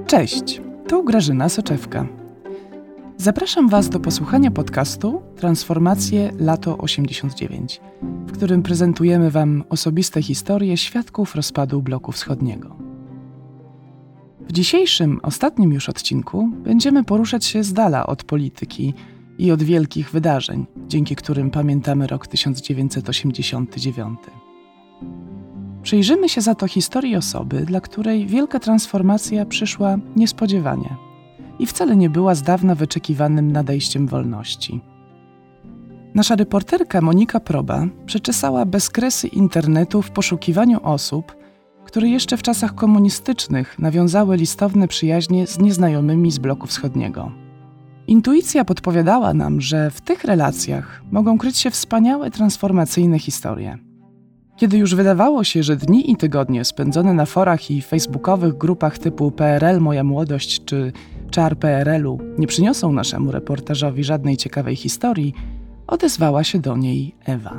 Cześć, tu Grażyna Soczewka. Zapraszam Was do posłuchania podcastu Transformacje Lato 89, w którym prezentujemy Wam osobiste historie świadków rozpadu bloku wschodniego. W dzisiejszym, ostatnim już odcinku będziemy poruszać się z dala od polityki i od wielkich wydarzeń, dzięki którym pamiętamy rok 1989. Przyjrzymy się za to historii osoby, dla której wielka transformacja przyszła niespodziewanie i wcale nie była z dawna wyczekiwanym nadejściem wolności. Nasza reporterka Monika Proba przeczesała bezkresy internetu w poszukiwaniu osób, które jeszcze w czasach komunistycznych nawiązały listowne przyjaźnie z nieznajomymi z bloku wschodniego. Intuicja podpowiadała nam, że w tych relacjach mogą kryć się wspaniałe transformacyjne historie. Kiedy już wydawało się, że dni i tygodnie spędzone na forach i facebookowych grupach typu PRL Moja Młodość czy Czar PRL-u nie przyniosą naszemu reportażowi żadnej ciekawej historii, odezwała się do niej Ewa.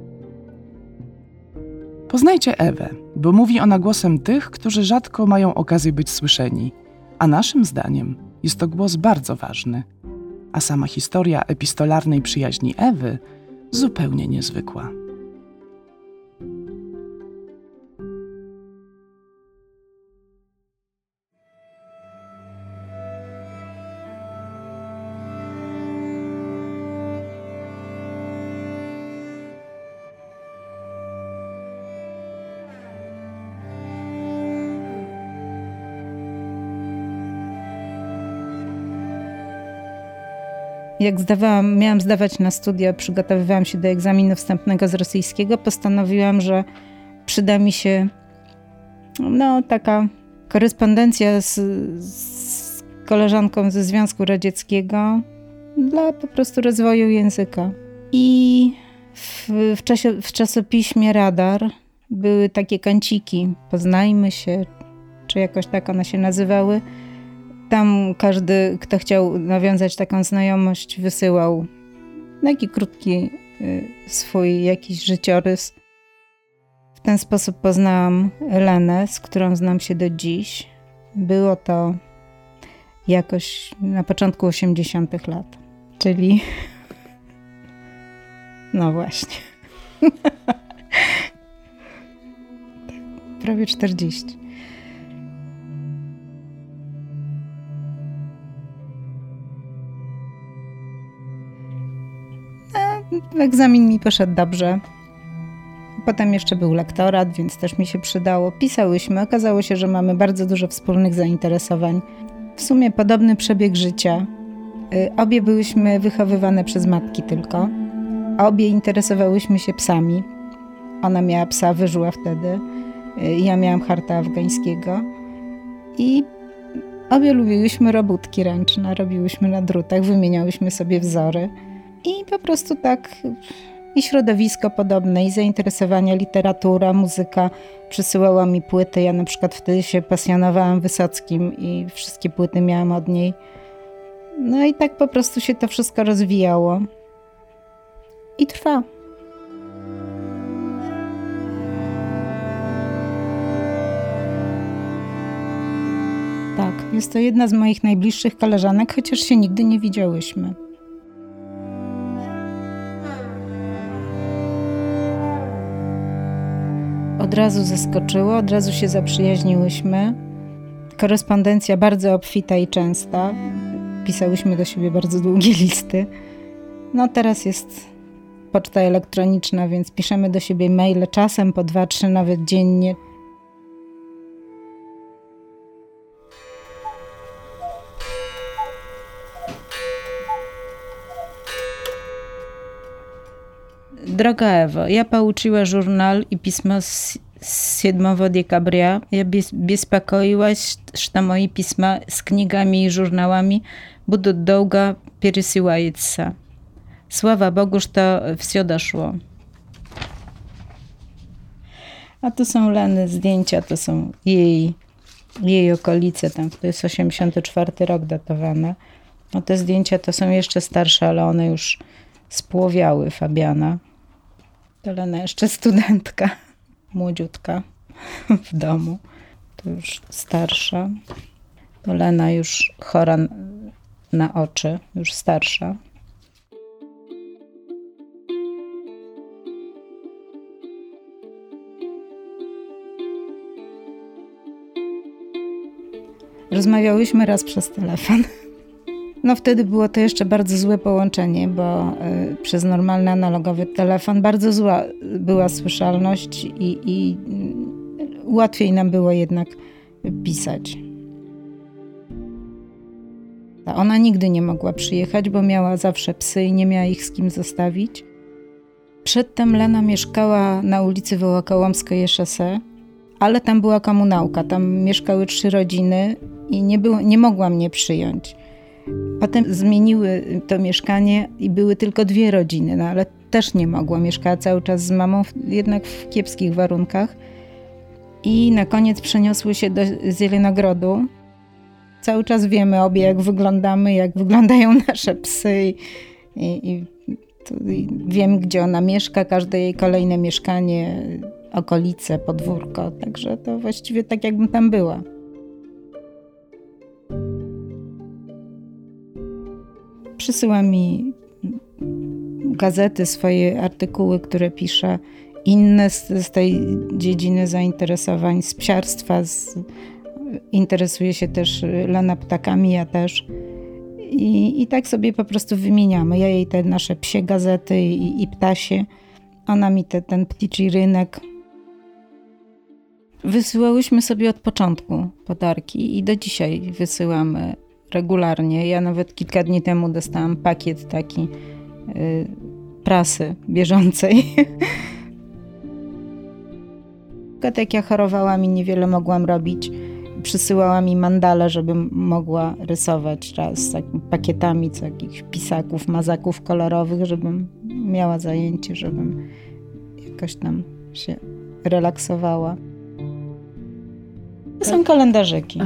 Poznajcie Ewę, bo mówi ona głosem tych, którzy rzadko mają okazję być słyszeni, a naszym zdaniem jest to głos bardzo ważny, a sama historia epistolarnej przyjaźni Ewy zupełnie niezwykła. Jak miałam zdawać na studia, przygotowywałam się do egzaminu wstępnego z rosyjskiego, postanowiłam, że przyda mi się taka korespondencja z koleżanką ze Związku Radzieckiego dla po prostu rozwoju języka. I w czasopiśmie Radar były takie kanciki, poznajmy się, czy jakoś tak one się nazywały. Tam każdy, kto chciał nawiązać taką znajomość, wysyłał taki krótki swój jakiś życiorys. W ten sposób poznałam Elenę, z którą znam się do dziś. Było to jakoś na początku 80. lat, czyli no właśnie. Prawie 40. Egzamin mi poszedł dobrze. Potem jeszcze był lektorat, więc też mi się przydało. Pisałyśmy. Okazało się, że mamy bardzo dużo wspólnych zainteresowań. W sumie podobny przebieg życia. Obie byłyśmy wychowywane przez matki tylko. Obie interesowałyśmy się psami. Ona miała psa wyżła wtedy. Ja miałam charta afgańskiego. I obie lubiłyśmy robótki ręczne. Robiłyśmy na drutach, wymieniałyśmy sobie wzory. I po prostu tak i środowisko podobne, i zainteresowania, literatura, muzyka. Przysyłała mi płyty. Ja na przykład wtedy się pasjonowałam Wysockim i wszystkie płyty miałam od niej. No i tak po prostu się to wszystko rozwijało. I trwa. Tak, jest to jedna z moich najbliższych koleżanek, chociaż się nigdy nie widziałyśmy. Od razu zaskoczyło, od razu się zaprzyjaźniłyśmy. Korespondencja bardzo obfita i częsta. Pisałyśmy do siebie bardzo długie listy. No teraz jest poczta elektroniczna, więc piszemy do siebie maile czasem po 2-3 nawet dziennie. Droga Ewo, я получила журнал и письмо с 7 декабря. Я беспокоилась, что мои письма с книгами и журналами будут долго пересылаться. Слава Bogu, że все дошло. A tu są Leny zdjęcia, to są jej okolice, tam to jest 84 rok datowane. No te zdjęcia to są jeszcze starsze, ale one już spłowiały Fabiana. To Lena jeszcze studentka, młodziutka w domu. To już starsza. bo Lena już chora na oczy, już starsza. Rozmawiałyśmy raz przez telefon. No wtedy było to jeszcze bardzo złe połączenie, bo przez normalny analogowy telefon bardzo zła była słyszalność i łatwiej nam było jednak pisać. Ona nigdy nie mogła przyjechać, bo miała zawsze psy i nie miała ich z kim zostawić. Przedtem Lena mieszkała na ulicy Wołokołomskiej Szosсе, ale tam była komunałka, tam mieszkały 3 rodziny i nie mogła mnie przyjąć. Potem zmieniły to mieszkanie i były tylko 2 rodziny, no ale też nie mogła. Mieszkała cały czas z mamą, jednak w kiepskich warunkach. I na koniec przeniosły się do Zielenogrodu. Cały czas wiemy obie, jak wyglądamy, jak wyglądają nasze psy. I wiem, gdzie ona mieszka, każde jej kolejne mieszkanie, okolice, podwórko. Także to właściwie tak, jakbym tam była. Przysyła mi gazety, swoje artykuły, które pisze, inne z tej dziedziny zainteresowań, z psiarstwa. Interesuje się też Lena ptakami, ja też. I tak sobie po prostu wymieniamy. Ja jej te nasze psie gazety i ptasie. Ona mi ten pticzy rynek. Wysyłałyśmy sobie od początku podarki i do dzisiaj wysyłamy regularnie. Ja nawet kilka dni temu dostałam pakiet taki prasy bieżącej. Jak ja chorowałam i niewiele mogłam robić, przysyłała mi mandale, żebym mogła rysować raz z takimi pakietami z jakichś pisaków, mazaków kolorowych, żebym miała zajęcie, żebym jakoś tam się relaksowała. To są kalendarzyki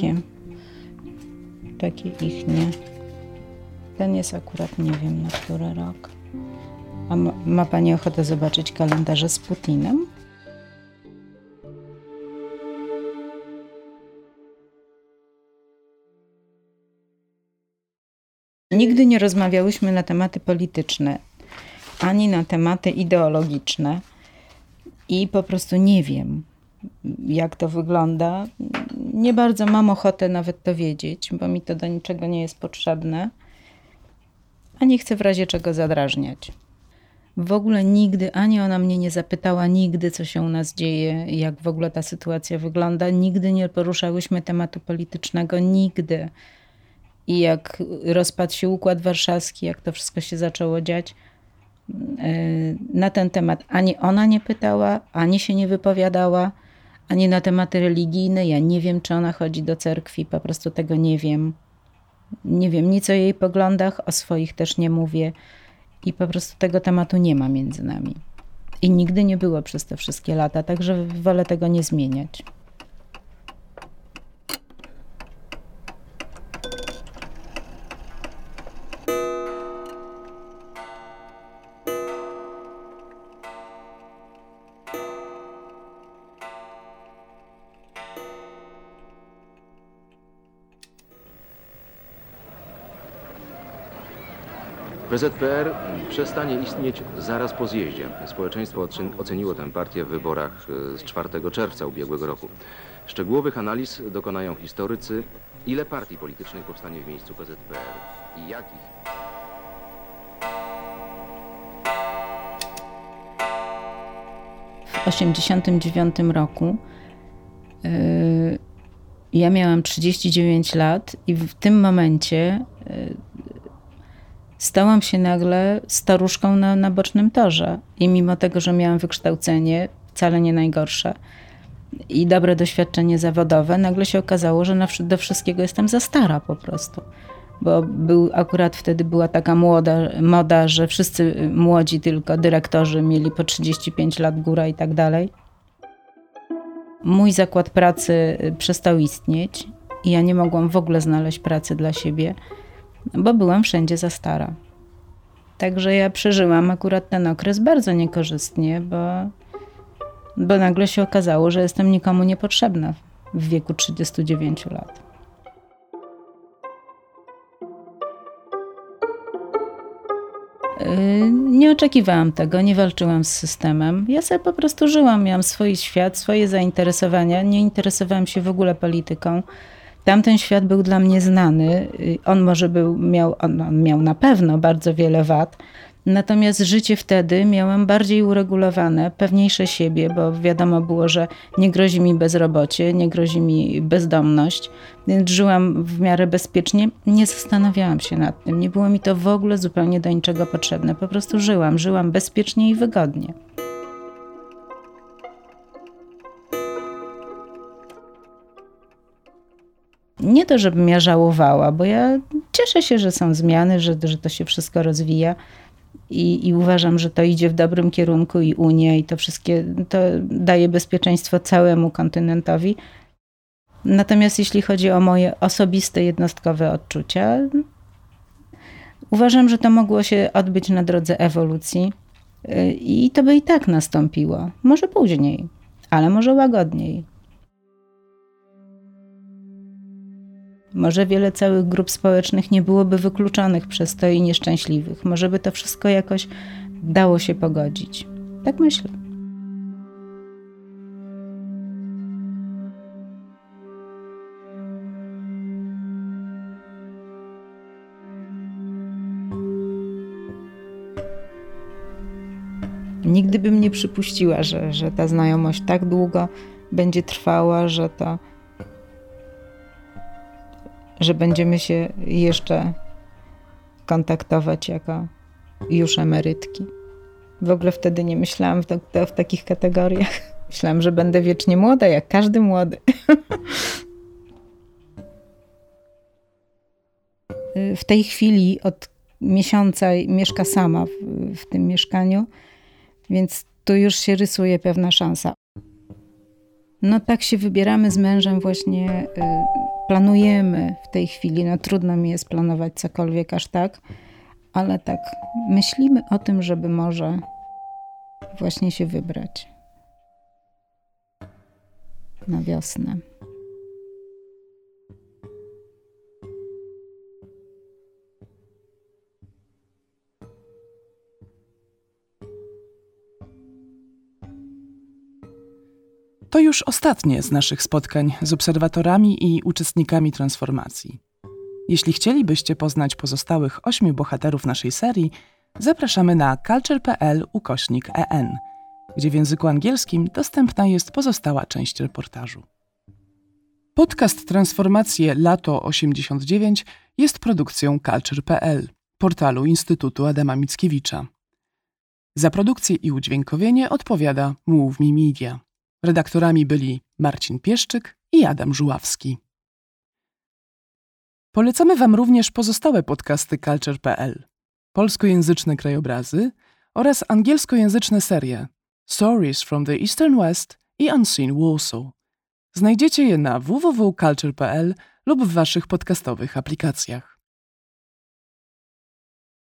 takie ichnie. Ten jest akurat, nie wiem na który rok. A ma pani ochotę zobaczyć kalendarze z Putinem? Nigdy nie rozmawiałyśmy na tematy polityczne, ani na tematy ideologiczne i po prostu nie wiem, jak to wygląda. Nie bardzo mam ochotę nawet to wiedzieć, bo mi to do niczego nie jest potrzebne, a nie chcę w razie czego zadrażniać. W ogóle nigdy, ani ona mnie nie zapytała nigdy, co się u nas dzieje, jak w ogóle ta sytuacja wygląda. Nigdy nie poruszałyśmy tematu politycznego, nigdy. I jak rozpadł się Układ Warszawski, jak to wszystko się zaczęło dziać, na ten temat ani ona nie pytała, ani się nie wypowiadała, ani na tematy religijne. Ja nie wiem, czy ona chodzi do cerkwi, po prostu tego nie wiem. Nie wiem nic o jej poglądach, o swoich też nie mówię i po prostu tego tematu nie ma między nami. I nigdy nie było przez te wszystkie lata, także wolę tego nie zmieniać. PZPR przestanie istnieć zaraz po zjeździe. Społeczeństwo oceniło tę partię w wyborach z 4 czerwca ubiegłego roku. Szczegółowych analiz dokonają historycy. Ile partii politycznych powstanie w miejscu PZPR i jakich? W 1989 roku ja miałam 39 lat i w tym momencie stałam się nagle staruszką na bocznym torze. I mimo tego, że miałam wykształcenie, wcale nie najgorsze, i dobre doświadczenie zawodowe, nagle się okazało, że do wszystkiego jestem za stara po prostu. Bo akurat wtedy była taka moda, że wszyscy młodzi tylko dyrektorzy mieli po 35 lat góra i tak dalej. Mój zakład pracy przestał istnieć i ja nie mogłam w ogóle znaleźć pracy dla siebie, bo byłam wszędzie za stara. Także ja przeżyłam akurat ten okres bardzo niekorzystnie, bo nagle się okazało, że jestem nikomu niepotrzebna w wieku 39 lat. Nie oczekiwałam tego, nie walczyłam z systemem. Ja sobie po prostu żyłam, miałam swój świat, swoje zainteresowania. Nie interesowałam się w ogóle polityką. Tamten świat był dla mnie znany. On miał na pewno bardzo wiele wad. Natomiast życie wtedy miałam bardziej uregulowane, pewniejsze siebie, bo wiadomo było, że nie grozi mi bezrobocie, nie grozi mi bezdomność, więc żyłam w miarę bezpiecznie. Nie zastanawiałam się nad tym, nie było mi to w ogóle zupełnie do niczego potrzebne. Po prostu żyłam bezpiecznie i wygodnie. Nie to, żebym ja żałowała, bo ja cieszę się, że są zmiany, że to się wszystko rozwija. I uważam, że to idzie w dobrym kierunku i Unia i to wszystkie, to daje bezpieczeństwo całemu kontynentowi. Natomiast jeśli chodzi o moje osobiste, jednostkowe odczucia, uważam, że to mogło się odbyć na drodze ewolucji i to by i tak nastąpiło. Może później, ale może łagodniej. Może wiele całych grup społecznych nie byłoby wykluczonych przez to i nieszczęśliwych. Może by to wszystko jakoś dało się pogodzić. Tak myślę. Nigdy bym nie przypuściła, że ta znajomość tak długo będzie trwała, że będziemy się jeszcze kontaktować jako już emerytki. W ogóle wtedy nie myślałam w takich kategoriach. Myślałam, że będę wiecznie młoda, jak każdy młody. W tej chwili od miesiąca mieszka sama w tym mieszkaniu, więc tu już się rysuje pewna szansa. No tak się wybieramy z mężem właśnie, planujemy w tej chwili, no trudno mi jest planować cokolwiek aż tak, ale tak myślimy o tym, żeby może właśnie się wybrać na wiosnę. To już ostatnie z naszych spotkań z obserwatorami i uczestnikami transformacji. Jeśli chcielibyście poznać pozostałych 8 bohaterów naszej serii, zapraszamy na culture.pl/en, gdzie w języku angielskim dostępna jest pozostała część reportażu. Podcast Transformacje Lato 89 jest produkcją culture.pl, portalu Instytutu Adama Mickiewicza. Za produkcję i udźwiękowienie odpowiada Move Me Media. Redaktorami byli Marcin Pieszczyk i Adam Żuławski. Polecamy Wam również pozostałe podcasty culture.pl, polskojęzyczne krajobrazy oraz angielskojęzyczne serie Stories from the Eastern West i Unseen Warsaw. Znajdziecie je na www.culture.pl lub w Waszych podcastowych aplikacjach.